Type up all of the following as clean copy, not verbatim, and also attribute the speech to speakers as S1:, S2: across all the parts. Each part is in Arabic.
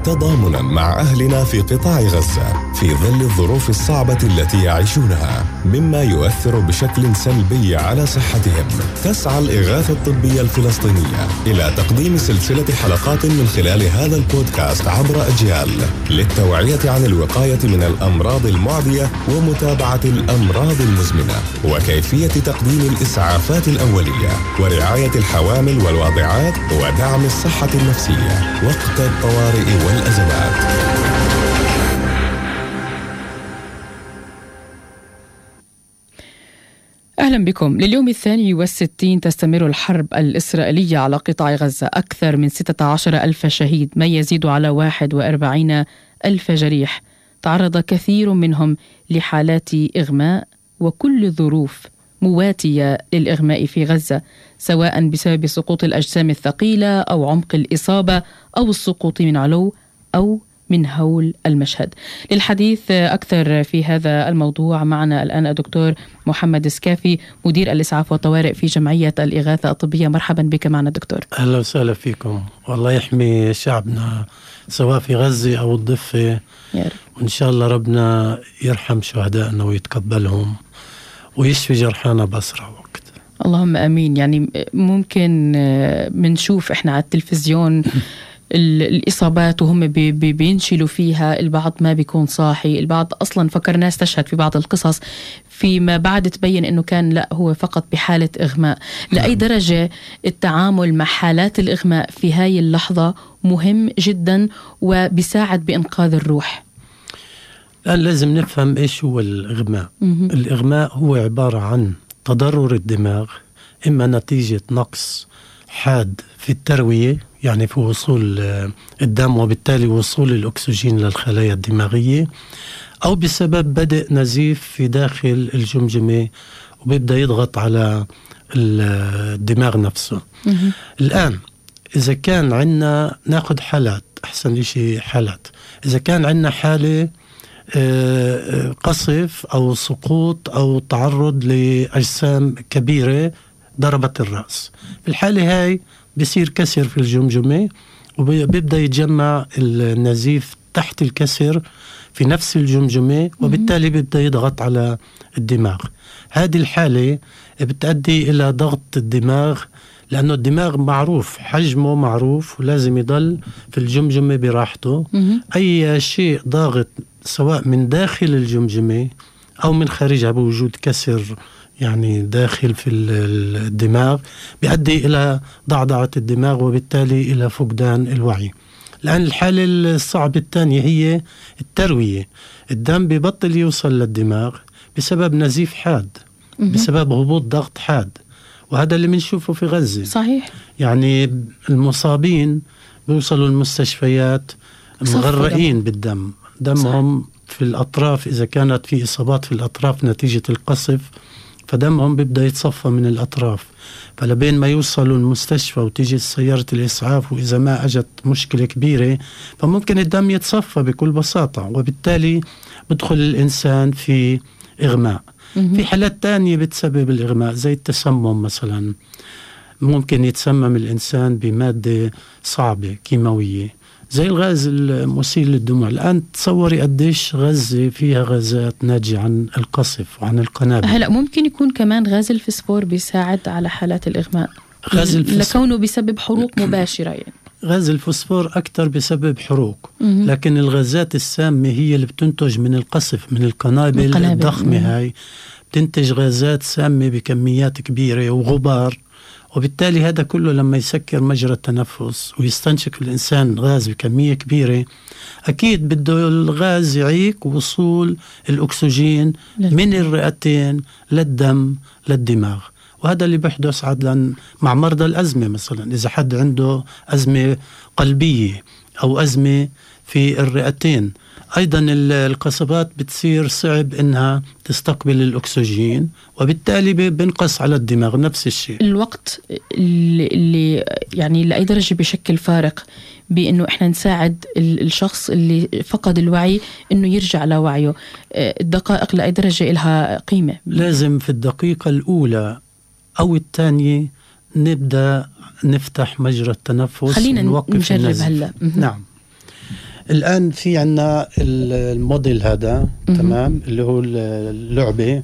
S1: تضامناً مع أهلنا في قطاع غزة في ظل الظروف الصعبة التي يعيشونها، مما يؤثر بشكل سلبي على صحتهم. تسعى الإغاثة الطبية الفلسطينية إلى تقديم سلسلة حلقات من خلال هذا البودكاست عبر أجيال للتوعية عن الوقاية من الأمراض المعدية ومتابعة الأمراض المزمنة وكيفية تقديم الإسعافات الأولية ورعاية الحوامل والواضعات ودعم الصحة النفسية وقت الطوارئ والأزمات.
S2: أهلا بكم. لليوم 62 تستمر الحرب الإسرائيلية على قطاع غزة. أكثر من 16,000 شهيد، ما يزيد على 41,000 جريح. تعرض كثير منهم لحالات إغماء، وكل الظروف مواتية للإغماء في غزة، سواء بسبب سقوط الأجسام الثقيلة أو عمق الإصابة أو السقوط من علو أو من هول المشهد. للحديث أكثر في هذا الموضوع معنا الآن الدكتور محمد سكافي، مدير الإسعاف والطوارئ في جمعية الإغاثة الطبية. مرحبا بك معنا دكتور.
S3: أهلا وسهلا فيكم، والله يحمي شعبنا سواء في غزة أو الضفة، وإن شاء الله ربنا يرحم شهدائنا ويتقبلهم ويشفي جرحانا بأسرع وقت.
S2: اللهم أمين. يعني ممكن منشوف إحنا على التلفزيون الإصابات وهم بينشلوا فيها، البعض ما بيكون صاحي، البعض أصلا فكر ناس تشهد في بعض القصص فيما بعد تبين أنه كان لا هو فقط بحالة إغماء. لأي درجة التعامل مع حالات الإغماء في هاي اللحظة مهم جدا وبيساعد بإنقاذ الروح؟
S3: الآن لازم نفهم إيش هو الإغماء. الإغماء هو عبارة عن تضرر الدماغ، إما نتيجة نقص حاد في التروية، يعني في وصول الدم وبالتالي وصول الأكسجين للخلايا الدماغية، أو بسبب بدء نزيف في داخل الجمجمة وبيبدأ يضغط على الدماغ نفسه. الآن إذا كان عنا ناخد حالات، أحسن شيء حالات، إذا كان عنا حالة قصف أو سقوط أو تعرض لأجسام كبيرة ضربت الرأس، في الحالة هاي بيصير كسر في الجمجمة وبيبدأ يتجمع النزيف تحت الكسر في نفس الجمجمة وبالتالي بيبدأ يضغط على الدماغ. هذه الحالة بتؤدي إلى ضغط الدماغ، لأنه الدماغ معروف حجمه معروف ولازم يضل في الجمجمة براحته. أي شيء ضاغط سواء من داخل الجمجمة أو من خارجها بوجود كسر يعني داخل في الدماغ بيؤدي إلى ضعضعة الدماغ وبالتالي إلى فقدان الوعي. الآن الحالة الصعبة الثانية هي التروية. الدم بيبطل يوصل للدماغ بسبب نزيف حاد، بسبب هبوط ضغط حاد، وهذا اللي بنشوفه في غزة.
S2: صحيح.
S3: يعني المصابين بيوصلوا المستشفيات مغرقين بالدم، دمهم صحيح. في الأطراف، إذا كانت في إصابات في الأطراف نتيجة القصف فدمهم بيبدأ يتصفى من الأطراف، فلبين ما يوصلوا المستشفى وتيجي سيارة الإسعاف وإذا ما أجت مشكلة كبيرة فممكن الدم يتصفى بكل بساطة وبالتالي بدخل الإنسان في إغماء. في حالات تانية بتسبب الإغماء زي التسمم مثلا، ممكن يتسمم الإنسان بمادة صعبة كيماوية زي الغاز المسيل للدموع. الآن تصوري قديش غزة فيها غازات ناتجة عن القصف وعن القنابل.
S2: هلأ ممكن يكون كمان غاز الفسفور بيساعد على حالات الإغماء لكونه بيسبب حروق مباشرة. يعني
S3: غاز الفسفور أكثر بسبب حروق، لكن الغازات السامة هي اللي بتنتج من القصف، من القنابل الضخمة هاي بتنتج غازات سامة بكميات كبيرة وغبار، وبالتالي هذا كله لما يسكر مجرى التنفس ويستنشق الإنسان غاز بكمية كبيرة أكيد بده الغاز يعيق وصول الأكسجين من الرئتين للدم للدماغ، وهذا اللي بيحدث عدلا مع مرضى الأزمة. مثلا إذا حد عنده أزمة قلبية أو أزمة في الرئتين، أيضا القصبات بتصير صعب إنها تستقبل الأكسجين وبالتالي بنقص على الدماغ. نفس الشيء الوقت
S2: اللي يعني لأي درجة بشكل فارق بأنه إحنا نساعد الشخص اللي فقد الوعي إنه يرجع لوعيه. الدقائق لأي درجة إلها قيمة.
S3: لازم في الدقيقة الأولى أو الثانية نبدأ نفتح مجرى التنفس.
S2: خلينا نجرب هلا.
S3: نعم. الآن في عنا الموديل هذا تمام اللي هو اللعبة.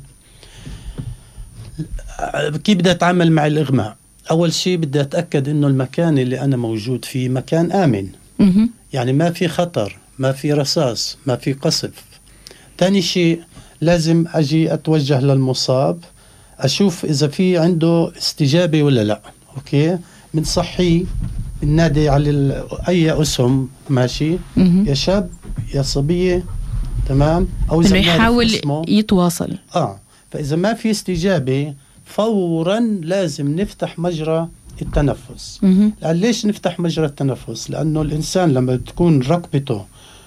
S3: كيف بدي أتعامل مع الإغماء؟ أول شيء بدي أتأكد إنه المكان اللي أنا موجود فيه مكان آمن، يعني ما في خطر، ما في رصاص، ما في قصف. تاني شيء لازم أجي أتوجه للمصاب، أشوف إذا في عنده استجابة ولا لا. أوكي، من صحي النادي على أي أسهم ماشي، يا شاب يا صبية، تمام، أو إذا
S2: يحاول يتواصل.
S3: فإذا ما في استجابة فورا لازم نفتح مجرى التنفس. ليش نفتح مجرى التنفس؟ لأنه الإنسان لما تكون ركبته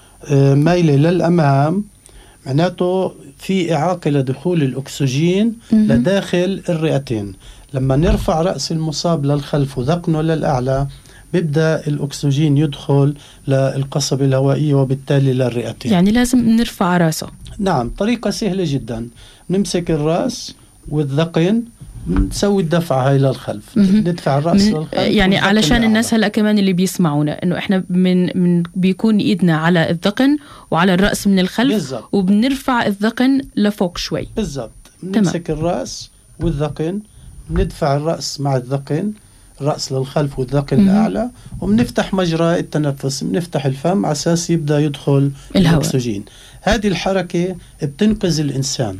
S3: مايلة للأمام معناته في إعاقة لدخول الأكسجين لداخل الرئتين. لما نرفع رأس المصاب للخلف وذقنه للأعلى بيبدأ الأكسجين يدخل للقصبة الهوائية وبالتالي للرئتين.
S2: يعني لازم نرفع رأسه.
S3: نعم، طريقة سهلة جدا. نمسك الرأس والذقن، نسوي الدفعة هاي للخلف، ندفع الرأس للخلف.
S2: يعني علشان الناس هلأ كمان اللي بيسمعونا إنه إحنا من بيكون إيدنا على الذقن وعلى الرأس من الخلف بالزبط. وبنرفع الذقن لفوق شوي.
S3: بالضبط، نمسك الرأس والذقن، ندفع الرأس مع الذقن، الرأس للخلف والذقن لأعلى، وبنفتح مجرى التنفس، بنفتح الفم على أساس يبدأ يدخل الأكسجين. هذه الحركة بتنقذ الإنسان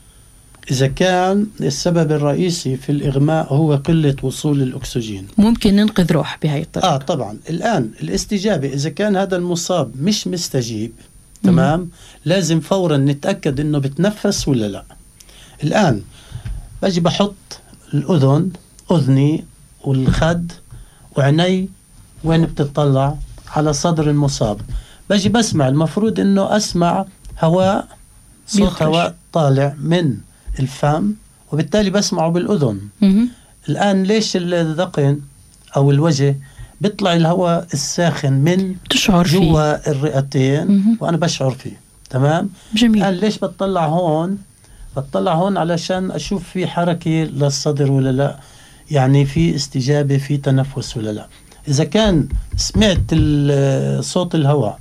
S3: إذا كان السبب الرئيسي في الإغماء هو قلة وصول الأكسجين.
S2: ممكن ننقذ روح بهاي الطريقة.
S3: طبعا. الآن الاستجابة، إذا كان هذا المصاب مش مستجيب تمام، لازم فورا نتأكد إنه بتنفس ولا لا. الآن باجي بحط الأذن، أذني والخد وعيني وين بتطلع على صدر المصاب، باجي بسمع. المفروض إنه أسمع هواء، صوت هواء طالع من الفم وبالتالي بسمعه بالأذن. الآن ليش الذقن أو الوجه بيطلع الهواء الساخن من جوا الرئتين وأنا بشعر فيه. تمام،
S2: جميل.
S3: الآن ليش بتطلع هون؟ بتطلع هون علشان أشوف في حركة للصدر ولا لا، يعني في استجابة، في تنفس ولا لا. إذا كان سمعت صوت الهواء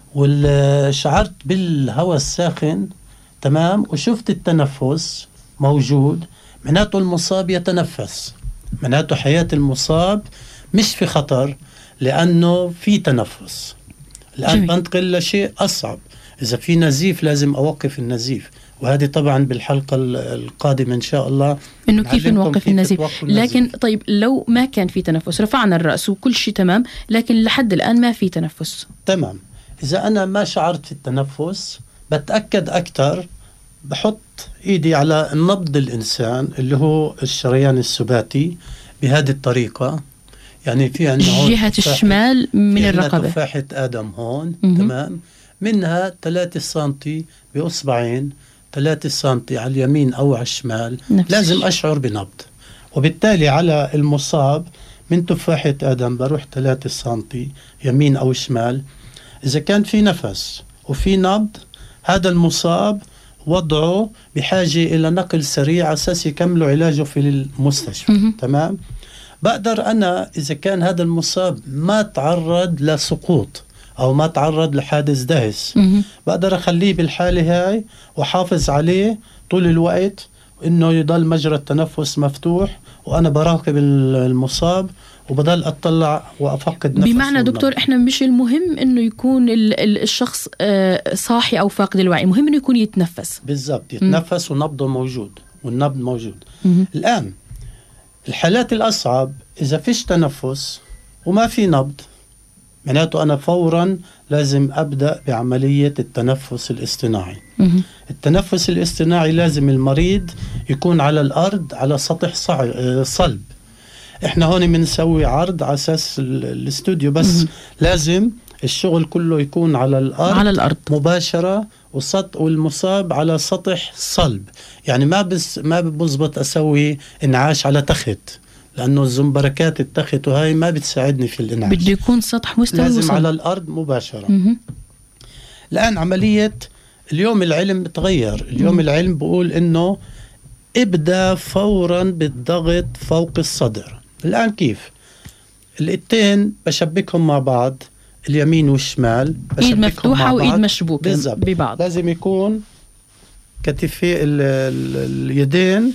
S3: وشعرت بالهواء الساخن تمام وشفت التنفس موجود، معناته المصاب يتنفس، معناته حياة المصاب مش في خطر لأنه في تنفس. الآن بنتقل لشيء أصعب. إذا في نزيف لازم أوقف النزيف، وهذه طبعا بالحلقة القادمة إن شاء الله
S2: إنه كيف نوقف النزيف. لكن طيب لو ما كان في تنفس، رفعنا الرأس وكل شيء تمام، لكن لحد الآن ما في تنفس.
S3: تمام، إذا أنا ما شعرت في التنفس بتأكد أكتر، بحط إيدي على نبض الإنسان اللي هو الشريان السباتي بهذه الطريقة. يعني في عندنا
S2: جهة الشمال من الرقبة
S3: تفاحة آدم هون تمام، منها 3 سنتي بأصبعين، 3 سنتي على اليمين أو على الشمال، لازم أشعر بنبض. وبالتالي على المصاب من تفاحة آدم بروح 3 سنتي يمين أو شمال. إذا كان في نفس وفي نبض، هذا المصاب وضعه بحاجة إلى نقل سريع على أساس يكملوا علاجه في المستشفى. تمام، بقدر أنا إذا كان هذا المصاب ما تعرض لسقوط أو ما تعرض لحادث دهس، بقدر أخليه بالحالة هاي وحافظ عليه طول الوقت، إنه يضل مجرى التنفس مفتوح وأنا براقب المصاب وبضل أطلع وأفقد نفسه.
S2: بمعنى دكتور إحنا مش المهم إنه يكون الشخص صاحي أو فاقد الوعي، مهم إنه يكون يتنفس.
S3: بالضبط، يتنفس ونبضه موجود والنبض موجود. الآن الحالات الأصعب إذا فيش تنفس وما في نبض، معناته أنا فورا لازم أبدأ بعملية التنفس الاصطناعي. التنفس الاصطناعي لازم المريض يكون على الأرض على سطح صلب. إحنا هون بنسوي عرض على أساس الاستوديو، بس لازم الشغل كله يكون على الأرض مباشرة، والمصاب على سطح صلب. يعني ما بزبط أسوي إنعاش على تخت، لأنه الزنبركات التخت وهاي ما بتساعدني في الإنعاش.
S2: بده يكون سطح مستوي،
S3: لازم على الأرض مباشرة. الآن عملية اليوم العلم تغير. اليوم العلم بقول إنه ابدأ فورا بالضغط فوق الصدر. الآن كيف؟ الإيدين بشبكهم مع بعض، اليمين والشمال،
S2: ايد مفتوحة وايد مشبوكة ببعض.
S3: لازم يكون كتفي اليدين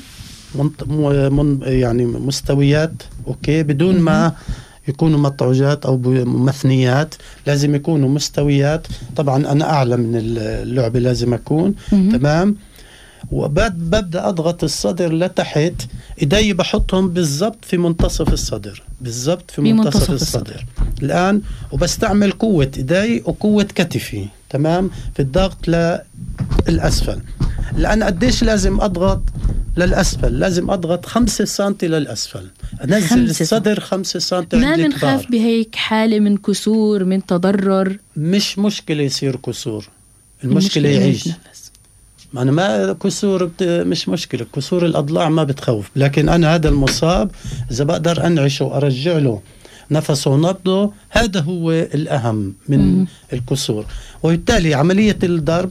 S3: يعني مستويات، اوكي، بدون ما يكونوا مطعوجات او مثنيات، لازم يكونوا مستويات. طبعا انا اعلى من اللعبة لازم اكون تمام. وببدأ أضغط الصدر لتحت، إيدي بحطهم بالضبط في منتصف الصدر، بالضبط في منتصف الصدر الآن. وبستعمل قوة إيدي وقوة كتفي تمام في الضغط للأسفل. الآن قديش لازم أضغط للأسفل؟ لازم أضغط 5 سنتي للأسفل، أنزل الصدر 5 سنتي.
S2: ما بنخاف بهيك حالة من كسور، من تضرر؟
S3: مش مشكلة يصير كسور، المشكلة يعيش. أنا ما كسور مش مشكلة، كسور الأضلاع ما بتخوف، لكن أنا هذا المصاب إذا بقدر أنعشه وأرجع له نفسه ونبضه، هذا هو الأهم من الكسور. وبالتالي عملية الضرب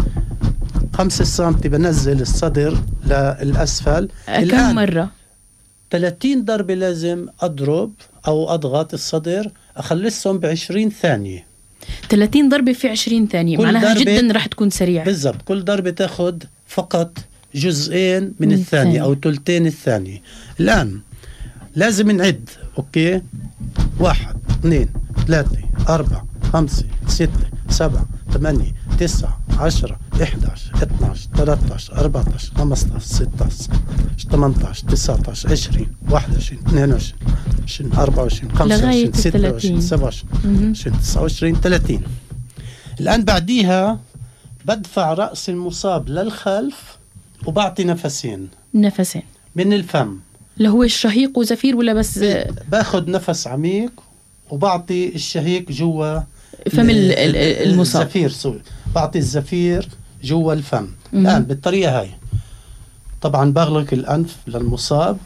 S3: 5 سنتي بنزل الصدر للأسفل.
S2: كم مرة؟
S3: 30 ضربة لازم أضرب أو أضغط الصدر، أخلصهم ب20 ثانية.
S2: 30 ضربة في 20 ثانية، معناها جدا رح تكون سريعة.
S3: بالضبط، كل ضربة تاخد فقط جزئين من الثانية أو ثلثين الثانية. الآن لازم نعد، أوكي، 1 2 3 4 5 6 7 8 9 10 11 12 13 14 15 16 18 19 20 21 22 20 24 25 26 27 29 30. الآن بعديها بدفع رأس المصاب للخلف وبعطي نفسين من الفم،
S2: اللي هو الشهيق وزفير، ولا بس
S3: باخد نفس عميق وبعطي الشهيق جوا
S2: فم المصاب،
S3: الزفير بعطي الزفير جوا الفم. الآن بالطريقة هاي طبعا بغلق الأنف للمصاب،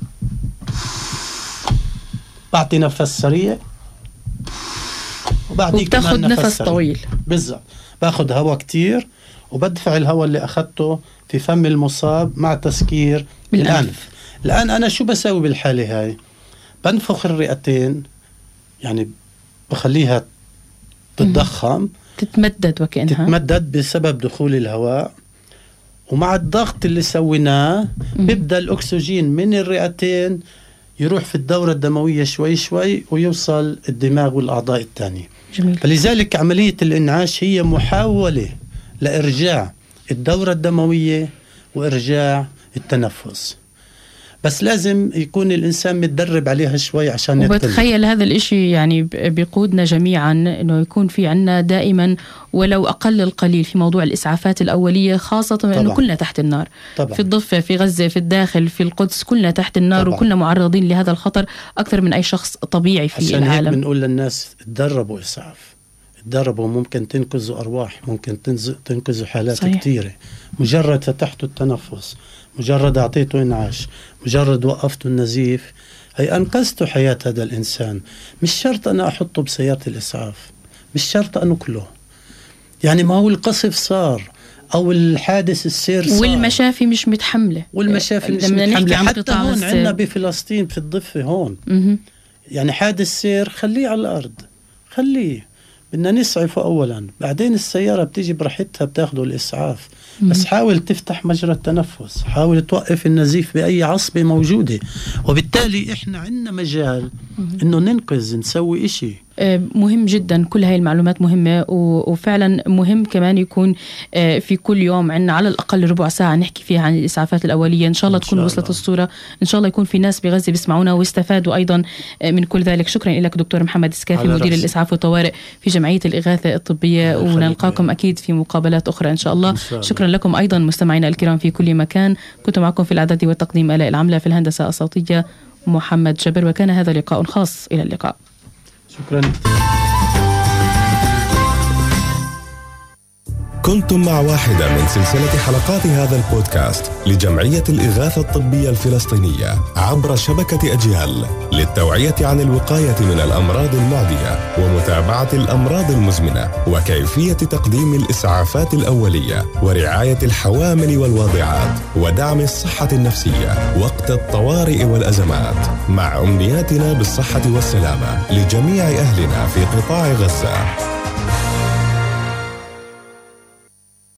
S3: بعطي نفس سريع وبعدين
S2: بتاخد نفس طويل.
S3: بالضبط، باخد هواء كتير وبدفع الهواء اللي أخذته في فم المصاب مع تسكير الأنف. الآن أنا شو بسوي بالحالة هاي؟ بنفخ الرئتين، يعني بخليها تتضخم،
S2: تتمدد وكأنها
S3: تتمدد بسبب دخول الهواء. ومع الضغط اللي سويناه بيبدأ الأكسجين من الرئتين يروح في الدورة الدموية شوي شوي ويوصل الدماغ والأعضاء التانية.
S2: جميل.
S3: فلذلك عملية الإنعاش هي محاولة لإرجاع الدورة الدموية وإرجاع التنفس، بس لازم يكون الإنسان متدرب عليها شوي عشان يتقن.
S2: وبتخيل هذا الإشي يعني بيقودنا جميعا إنه يكون في عنا دائما ولو أقل القليل في موضوع الإسعافات الأولية، خاصة إنه كلنا تحت النار.
S3: طبعا.
S2: في الضفة، في غزة، في الداخل، في القدس، كلنا تحت النار. طبعا. وكلنا معرضين لهذا الخطر أكثر من أي شخص طبيعي في
S3: عشان
S2: العالم.
S3: هيك بنقول للناس تدربوا إسعاف، تدربوا، ممكن تنقذوا أرواح، ممكن تنقذوا حالات. صحيح. كتيرة. مجرد فتحتوا التنفس، مجرد أعطيته إنعاش، مجرد وقفتوا النزيف، هي أنقذتوا حياة هذا الإنسان. مش شرط أنا أحطه بسيارة الإسعاف، مش شرط أنقله، يعني ما هو القصف صار أو الحادث السير صار،
S2: والمشافي مش متحملة،
S3: والمشافي مش متحملة. حتى هون عندنا بفلسطين في الضفة هون يعني حادث سير خليه على الأرض، خليه، بدنا نسعفه أولا، بعدين السيارة بتيجي برحتها بتاخده الإسعاف. بس حاول تفتح مجرى التنفس، حاول توقف النزيف بأي عصبة موجودة. وبالتالي إحنا عندنا مجال إنه ننقذ، نسوي إشي
S2: مهم جدا. كل هاي المعلومات مهمة، وفعلا مهم كمان يكون في كل يوم عنا على الأقل ربع ساعة نحكي فيها عن الإسعافات الأولية. إن شاء الله تكون وصلت الصورة، إن شاء الله يكون في ناس بغزة بيسمعونا واستفادوا أيضا من كل ذلك. شكرا لك دكتور محمد سكافي، مدير الإسعاف والطوارئ في جمعية الإغاثة الطبية، ونلقاكم أكيد في مقابلات أخرى إن شاء الله. شكرا لكم أيضا مستمعينا الكرام في كل مكان. كنت معكم في الإعداد والتقديم آلاء العملة، في الهندسة الصوتية محمد جبر، وكان هذا لقاء خاص. إلى اللقاء.
S3: شكرا.
S1: كنتم مع واحدة من سلسلة حلقات هذا البودكاست لجمعية الإغاثة الطبية الفلسطينية عبر شبكة أجيال للتوعية عن الوقاية من الأمراض المعدية ومتابعة الأمراض المزمنة وكيفية تقديم الإسعافات الأولية ورعاية الحوامل والواضعات ودعم الصحة النفسية وقت الطوارئ والأزمات، مع أمنياتنا بالصحة والسلامة لجميع أهلنا في قطاع غزة.